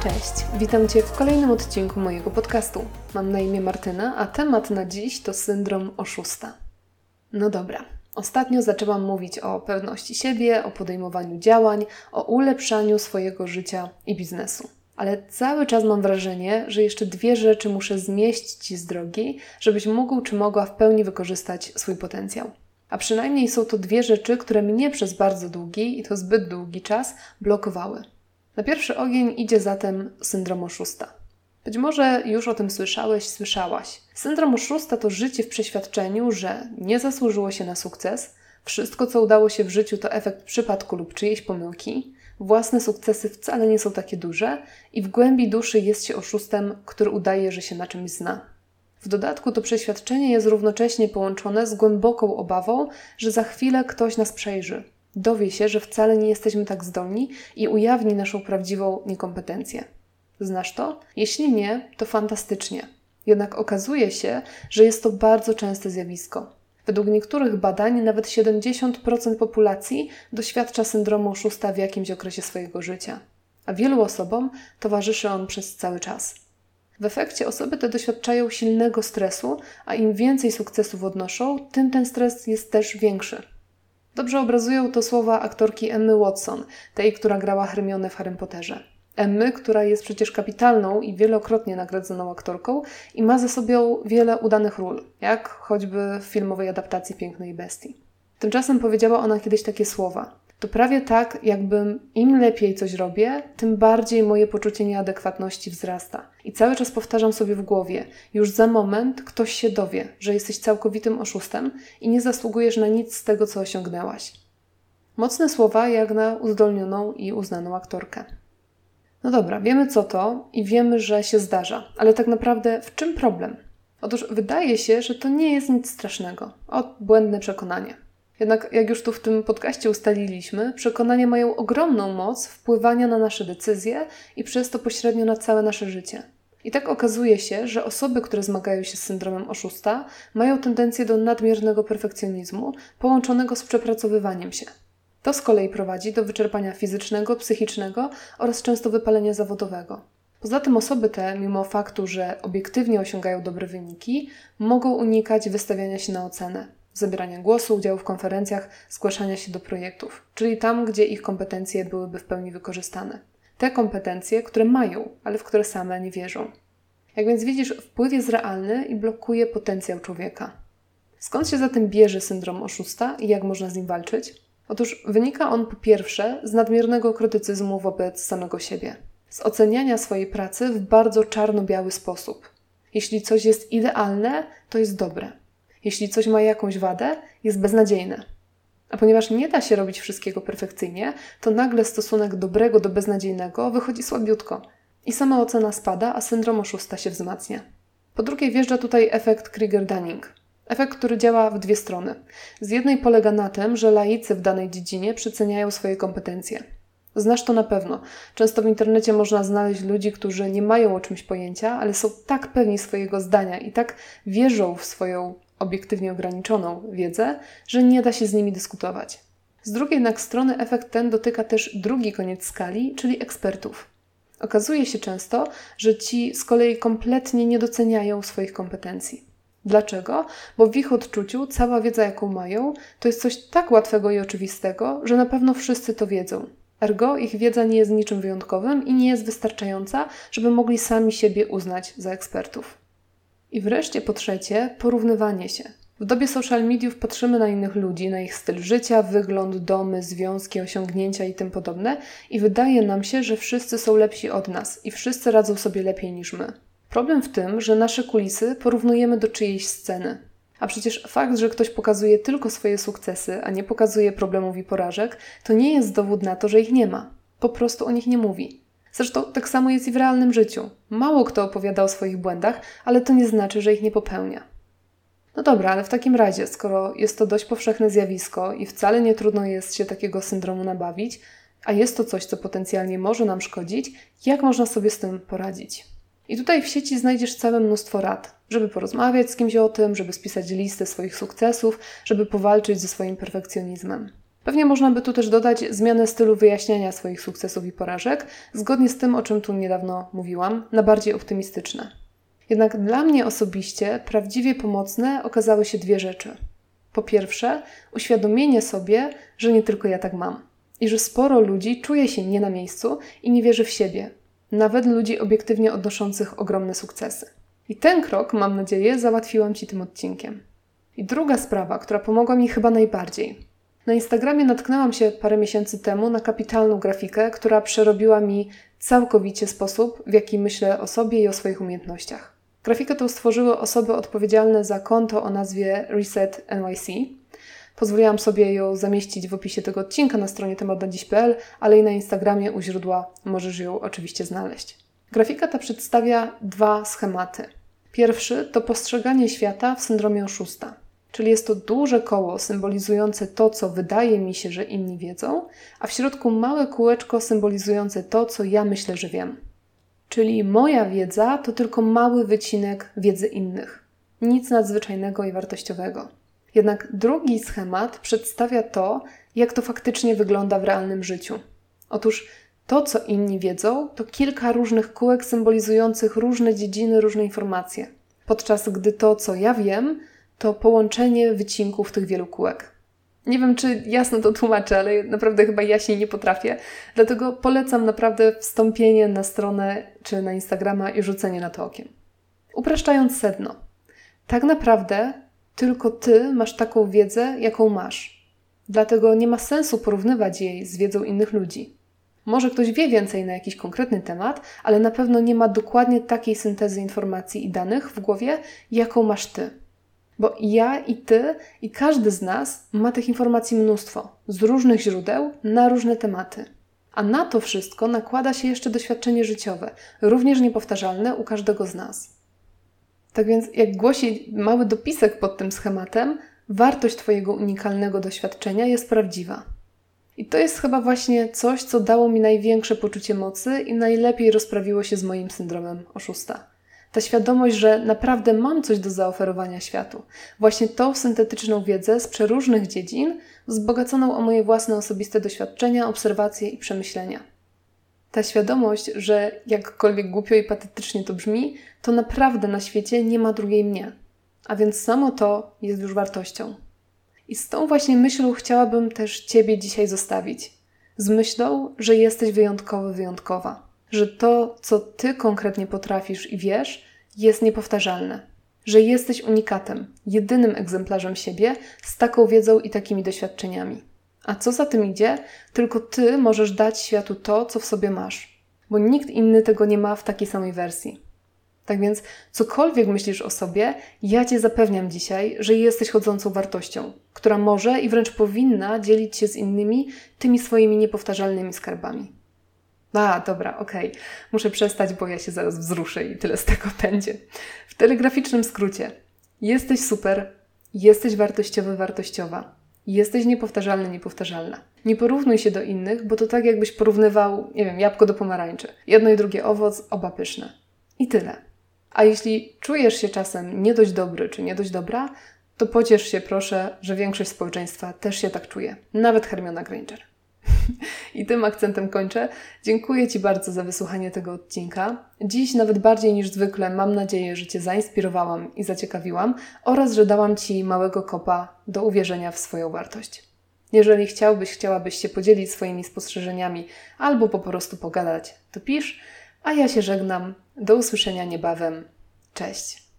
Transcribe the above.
Cześć, witam Cię w kolejnym odcinku mojego podcastu. Mam na imię Martyna, a temat na dziś to syndrom oszusta. No dobra, ostatnio zaczęłam mówić o pewności siebie, o podejmowaniu działań, o ulepszaniu swojego życia i biznesu. Ale cały czas mam wrażenie, że jeszcze dwie rzeczy muszę zmieścić Ci z drogi, żebyś mógł czy mogła w pełni wykorzystać swój potencjał. A przynajmniej są to dwie rzeczy, które mnie przez bardzo długi, i to zbyt długi czas, blokowały. Na pierwszy ogień idzie zatem syndrom oszusta. Być może już o tym słyszałaś. Syndrom oszusta to życie w przeświadczeniu, że nie zasłużyło się na sukces, wszystko co udało się w życiu to efekt przypadku lub czyjejś pomyłki, własne sukcesy wcale nie są takie duże i w głębi duszy jest się oszustem, który udaje, że się na czymś zna. W dodatku to przeświadczenie jest równocześnie połączone z głęboką obawą, że za chwilę ktoś nas przejrzy. Dowie się, że wcale nie jesteśmy tak zdolni i ujawni naszą prawdziwą niekompetencję. Znasz to? Jeśli nie, to fantastycznie. Jednak okazuje się, że jest to bardzo częste zjawisko. Według niektórych badań nawet 70% populacji doświadcza syndromu oszusta w jakimś okresie swojego życia, a wielu osobom towarzyszy on przez cały czas. W efekcie osoby te doświadczają silnego stresu, a im więcej sukcesów odnoszą, tym ten stres jest też większy. Dobrze obrazują to słowa aktorki Emmy Watson, tej, która grała Hermionę w Harrym Potterze. Emmy, która jest przecież kapitalną i wielokrotnie nagradzaną aktorką i ma za sobą wiele udanych ról, jak choćby w filmowej adaptacji Pięknej Bestii. Tymczasem powiedziała ona kiedyś takie słowa: to prawie tak, jakbym im lepiej coś robię, tym bardziej moje poczucie nieadekwatności wzrasta. I cały czas powtarzam sobie w głowie, już za moment ktoś się dowie, że jesteś całkowitym oszustem i nie zasługujesz na nic z tego, co osiągnęłaś. Mocne słowa jak na uzdolnioną i uznaną aktorkę. No dobra, wiemy co to i wiemy, że się zdarza, ale tak naprawdę w czym problem? Otóż wydaje się, że to nie jest nic strasznego. Błędne przekonanie. Jednak jak już tu w tym podcaście ustaliliśmy, przekonania mają ogromną moc wpływania na nasze decyzje i przez to pośrednio na całe nasze życie. I tak okazuje się, że osoby, które zmagają się z syndromem oszusta, mają tendencję do nadmiernego perfekcjonizmu połączonego z przepracowywaniem się. To z kolei prowadzi do wyczerpania fizycznego, psychicznego oraz często wypalenia zawodowego. Poza tym osoby te, mimo faktu, że obiektywnie osiągają dobre wyniki, mogą unikać wystawiania się na ocenę, zabierania głosu, udziału w konferencjach, zgłaszania się do projektów, czyli tam, gdzie ich kompetencje byłyby w pełni wykorzystane. Te kompetencje, które mają, ale w które same nie wierzą. Jak więc widzisz, wpływ jest realny i blokuje potencjał człowieka. Skąd się zatem bierze syndrom oszusta i jak można z nim walczyć? Otóż wynika on po pierwsze z nadmiernego krytycyzmu wobec samego siebie, z oceniania swojej pracy w bardzo czarno-biały sposób. Jeśli coś jest idealne, to jest dobre. Jeśli coś ma jakąś wadę, jest beznadziejne. A ponieważ nie da się robić wszystkiego perfekcyjnie, to nagle stosunek dobrego do beznadziejnego wychodzi słabiutko i sama ocena spada, a syndrom oszusta się wzmacnia. Po drugie wjeżdża tutaj efekt Krieger-Dunning. Efekt, który działa w dwie strony. Z jednej polega na tym, że laicy w danej dziedzinie przeceniają swoje kompetencje. Znasz to na pewno. Często w internecie można znaleźć ludzi, którzy nie mają o czymś pojęcia, ale są tak pewni swojego zdania i tak wierzą w swoją obiektywnie ograniczoną wiedzę, że nie da się z nimi dyskutować. Z drugiej jednak strony efekt ten dotyka też drugi koniec skali, czyli ekspertów. Okazuje się często, że ci z kolei kompletnie nie doceniają swoich kompetencji. Dlaczego? Bo w ich odczuciu cała wiedza, jaką mają, to jest coś tak łatwego i oczywistego, że na pewno wszyscy to wiedzą. Ergo ich wiedza nie jest niczym wyjątkowym i nie jest wystarczająca, żeby mogli sami siebie uznać za ekspertów. I wreszcie po trzecie, porównywanie się. W dobie social mediów patrzymy na innych ludzi, na ich styl życia, wygląd, domy, związki, osiągnięcia i tym podobne i wydaje nam się, że wszyscy są lepsi od nas i wszyscy radzą sobie lepiej niż my. Problem w tym, że nasze kulisy porównujemy do czyjejś sceny. A przecież fakt, że ktoś pokazuje tylko swoje sukcesy, a nie pokazuje problemów i porażek, to nie jest dowód na to, że ich nie ma. Po prostu o nich nie mówi. Zresztą tak samo jest i w realnym życiu. Mało kto opowiada o swoich błędach, ale to nie znaczy, że ich nie popełnia. No dobra, ale w takim razie, skoro jest to dość powszechne zjawisko i wcale nie trudno jest się takiego syndromu nabawić, a jest to coś, co potencjalnie może nam szkodzić, jak można sobie z tym poradzić? I tutaj w sieci znajdziesz całe mnóstwo rad, żeby porozmawiać z kimś o tym, żeby spisać listę swoich sukcesów, żeby powalczyć ze swoim perfekcjonizmem. Pewnie można by tu też dodać zmianę stylu wyjaśniania swoich sukcesów i porażek, zgodnie z tym, o czym tu niedawno mówiłam, na bardziej optymistyczne. Jednak dla mnie osobiście prawdziwie pomocne okazały się dwie rzeczy. Po pierwsze, uświadomienie sobie, że nie tylko ja tak mam i że sporo ludzi czuje się nie na miejscu i nie wierzy w siebie, nawet ludzi obiektywnie odnoszących ogromne sukcesy. I ten krok, mam nadzieję, załatwiłam Ci tym odcinkiem. I druga sprawa, która pomogła mi chyba najbardziej. Na Instagramie natknęłam się parę miesięcy temu na kapitalną grafikę, która przerobiła mi całkowicie sposób, w jaki myślę o sobie i o swoich umiejętnościach. Grafikę tą stworzyły osoby odpowiedzialne za konto o nazwie Reset NYC. Pozwoliłam sobie ją zamieścić w opisie tego odcinka na stronie tematnadziś.pl, ale i na Instagramie u źródła możesz ją oczywiście znaleźć. Grafika ta przedstawia dwa schematy. Pierwszy to postrzeganie świata w syndromie oszusta, czyli jest to duże koło symbolizujące to, co wydaje mi się, że inni wiedzą, a w środku małe kółeczko symbolizujące to, co ja myślę, że wiem. Czyli moja wiedza to tylko mały wycinek wiedzy innych. Nic nadzwyczajnego i wartościowego. Jednak drugi schemat przedstawia to, jak to faktycznie wygląda w realnym życiu. Otóż to, co inni wiedzą, to kilka różnych kółek symbolizujących różne dziedziny, różne informacje. Podczas gdy to, co ja wiem, to połączenie wycinków tych wielu kółek. Nie wiem, czy jasno to tłumaczę, ale naprawdę chyba jaśniej nie potrafię. Dlatego polecam naprawdę wstąpienie na stronę czy na Instagrama i rzucenie na to okiem. Upraszczając sedno. Tak naprawdę tylko Ty masz taką wiedzę, jaką masz. Dlatego nie ma sensu porównywać jej z wiedzą innych ludzi. Może ktoś wie więcej na jakiś konkretny temat, ale na pewno nie ma dokładnie takiej syntezy informacji i danych w głowie, jaką masz Ty. Bo ja i Ty i każdy z nas ma tych informacji mnóstwo, z różnych źródeł, na różne tematy. A na to wszystko nakłada się jeszcze doświadczenie życiowe, również niepowtarzalne u każdego z nas. Tak więc, jak głosi mały dopisek pod tym schematem, wartość Twojego unikalnego doświadczenia jest prawdziwa. I to jest chyba właśnie coś, co dało mi największe poczucie mocy i najlepiej rozprawiło się z moim syndromem oszusta. Ta świadomość, że naprawdę mam coś do zaoferowania światu. Właśnie tą syntetyczną wiedzę z przeróżnych dziedzin, wzbogaconą o moje własne osobiste doświadczenia, obserwacje i przemyślenia. Ta świadomość, że jakkolwiek głupio i patetycznie to brzmi, to naprawdę na świecie nie ma drugiej mnie. A więc samo to jest już wartością. I z tą właśnie myślą chciałabym też Ciebie dzisiaj zostawić. Z myślą, że jesteś wyjątkowy, wyjątkowa. Że to, co Ty konkretnie potrafisz i wiesz, jest niepowtarzalne. Że jesteś unikatem, jedynym egzemplarzem siebie z taką wiedzą i takimi doświadczeniami. A co za tym idzie, tylko Ty możesz dać światu to, co w sobie masz. Bo nikt inny tego nie ma w takiej samej wersji. Tak więc, cokolwiek myślisz o sobie, ja Cię zapewniam dzisiaj, że jesteś chodzącą wartością, która może i wręcz powinna dzielić się z innymi tymi swoimi niepowtarzalnymi skarbami. Dobra, okej. Muszę przestać, bo ja się zaraz wzruszę i tyle z tego będzie. W telegraficznym skrócie. Jesteś super, jesteś wartościowy, wartościowa. Jesteś niepowtarzalny, niepowtarzalna. Nie porównuj się do innych, bo to tak jakbyś porównywał, jabłko do pomarańczy. Jedno i drugie owoc, oba pyszne. I tyle. A jeśli czujesz się czasem nie dość dobry czy nie dość dobra, to pociesz się proszę, że większość społeczeństwa też się tak czuje. Nawet Hermiona Granger. I tym akcentem kończę. Dziękuję Ci bardzo za wysłuchanie tego odcinka. Dziś nawet bardziej niż zwykle mam nadzieję, że Cię zainspirowałam i zaciekawiłam oraz, że dałam Ci małego kopa do uwierzenia w swoją wartość. Jeżeli chciałabyś się podzielić swoimi spostrzeżeniami albo po prostu pogadać, to pisz, a ja się żegnam. Do usłyszenia niebawem. Cześć!